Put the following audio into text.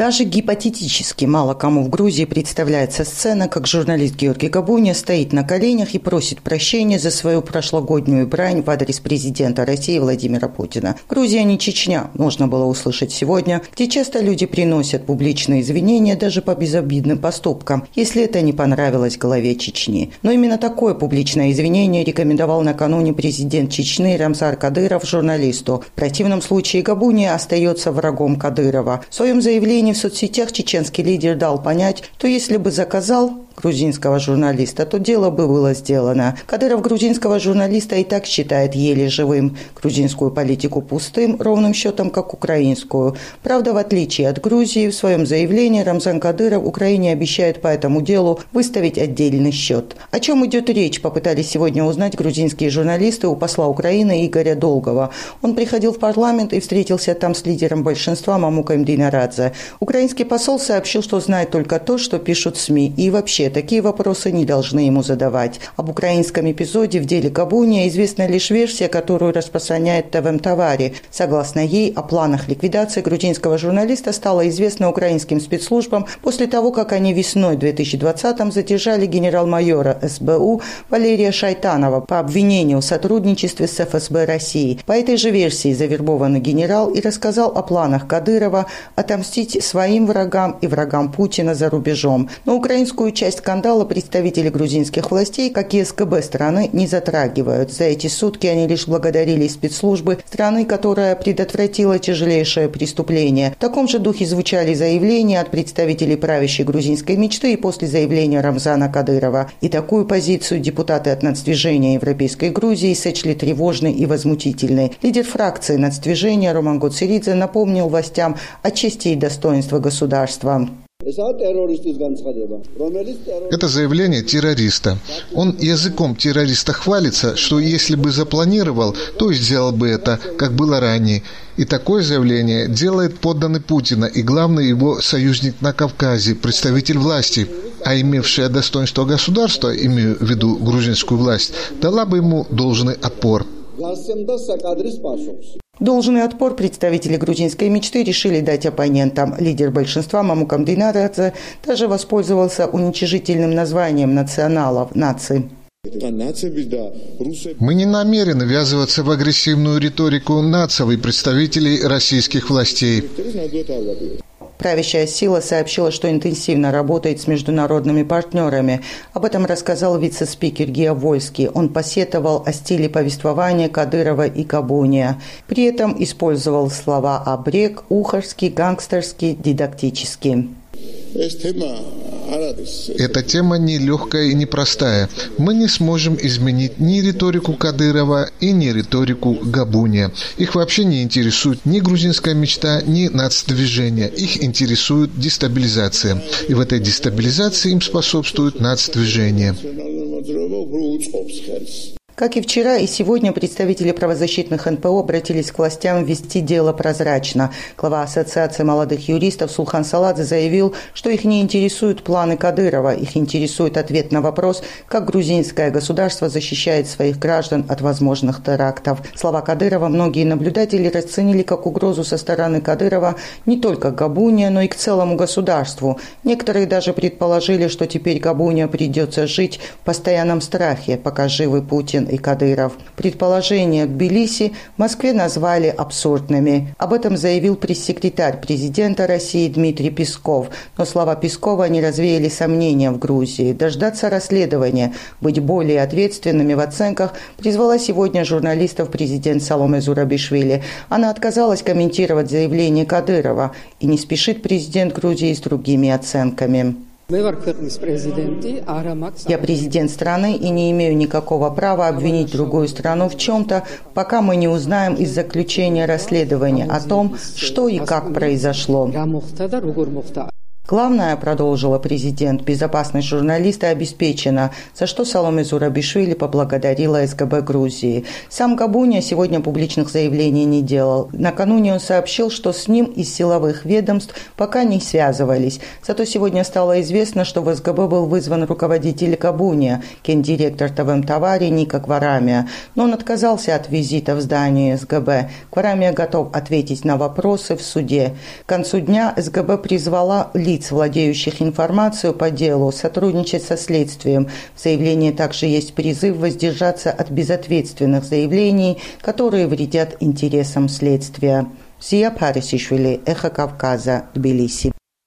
Даже гипотетически мало кому в Грузии представляется сцена, как журналист Георгий Габуния стоит на коленях и просит прощения за свою прошлогоднюю брань в адрес президента России Владимира Путина. Грузия не Чечня, можно было услышать сегодня, где часто люди приносят публичные извинения даже по безобидным поступкам, если это не понравилось главе Чечни. Но именно такое публичное извинение рекомендовал накануне президент Чечни Рамзан Кадыров журналисту. В противном случае Габуния остается врагом Кадырова. В своем заявлении в соцсетях чеченский лидер дал понять, что если бы заказал грузинского журналиста, то дело бы было сделано. Кадыров грузинского журналиста и так считает еле живым, грузинскую политику пустым, ровным счетом, как украинскую. Правда, в отличие от Грузии, в своем заявлении Рамзан Кадыров Украине обещает по этому делу выставить отдельный счет. О чем идет речь, попытались сегодня узнать грузинские журналисты у посла Украины Игоря Долгова. Он приходил в парламент и встретился там с лидером большинства Мамуком Динерадзе. Украинский посол сообщил, что знает только то, что пишут СМИ, и вообще такие вопросы не должны ему задавать. Об украинском эпизоде в деле Габуния известна лишь версия, которую распространяет ТВМ Тавари. Согласно ей, о планах ликвидации грузинского журналиста стало известно украинским спецслужбам после того, как они весной 2020-м задержали генерал-майора СБУ Валерия Шайтанова по обвинению в сотрудничестве с ФСБ России. По этой же версии завербованный генерал и рассказал о планах Кадырова отомстить своим врагам и врагам Путина за рубежом. Но украинскую часть скандала представители грузинских властей, как и СКБ страны, не затрагивают. За эти сутки они лишь благодарили спецслужбы страны, которая предотвратила тяжелейшее преступление. В таком же духе звучали заявления от представителей правящей грузинской мечты и после заявления Рамзана Кадырова. И такую позицию депутаты от нацдвижения Европейской Грузии сочли тревожной и возмутительной. Лидер фракции нацдвижения Роман Гоцеридзе напомнил властям о чести и достоинстве государства. Это заявление террориста. Он языком террориста хвалится, что если бы запланировал, то сделал бы это, как было ранее. И такое заявление делает подданный Путина и главный его союзник на Кавказе, представитель власти, а имевшее достоинство государства, имею в виду грузинскую власть, дала бы ему должный отпор. Должный отпор представители грузинской мечты решили дать оппонентам. Лидер большинства Мамукам Динерадзе даже воспользовался уничижительным названием националов – наций. Мы не намерены ввязываться в агрессивную риторику наций представителей российских властей. Правящая сила сообщила, что интенсивно работает с международными партнерами. Об этом рассказал вице-спикер Гео Вольский. Он посетовал о стиле повествования Кадырова и Габуния. При этом использовал слова «абрек», «ухарский», «гангстерский», «дидактический». Эта тема нелегкая и непростая. Мы не сможем изменить ни риторику Кадырова и ни риторику Габуния. Их вообще не интересует ни грузинская мечта, ни нацдвижение. Их интересует дестабилизация. И в этой дестабилизации им способствует нацдвижение. Как и вчера, и сегодня представители правозащитных НПО обратились к властям вести дело прозрачно. Глава Ассоциации молодых юристов Сулхан Саладзе заявил, что их не интересуют планы Кадырова, их интересует ответ на вопрос, как грузинское государство защищает своих граждан от возможных терактов. Слова Кадырова многие наблюдатели расценили как угрозу со стороны Кадырова не только к Габуния, но и к целому государству. Некоторые даже предположили, что теперь Габуния придется жить в постоянном страхе, пока живы Путин и Кадыров. Предположения Тбилиси в Москве назвали абсурдными. Об этом заявил пресс-секретарь президента России Дмитрий Песков. Но слова Пескова не развеяли сомнения в Грузии. Дождаться расследования, быть более ответственными в оценках призвала сегодня журналистов президент Саломе Зурабишвили. Она отказалась комментировать заявление Кадырова. И не спешит президент Грузии с другими оценками. Я президент страны и не имею никакого права обвинить другую страну в чем-то, пока мы не узнаем из заключения расследования о том, что и как произошло. Главное, продолжила президент, безопасность журналиста обеспечена, за что Саломе Зурабишвили поблагодарила СГБ Грузии. Сам Габуния сегодня публичных заявлений не делал. Накануне он сообщил, что с ним из силовых ведомств пока не связывались. Зато сегодня стало известно, что в СГБ был вызван руководитель Габуния, гендиректор ТВМ-Тавари Ника Кварамия. Но он отказался от визита в здание СГБ. Кварамия готов ответить на вопросы в суде. К концу дня СГБ призвала лиц, владеющих информацией по делу, сотрудничать со следствием. В заявлении также есть призыв воздержаться от безответственных заявлений, которые вредят интересам следствия. Зия Парисишвили, Эхо Кавказа, Тбилиси.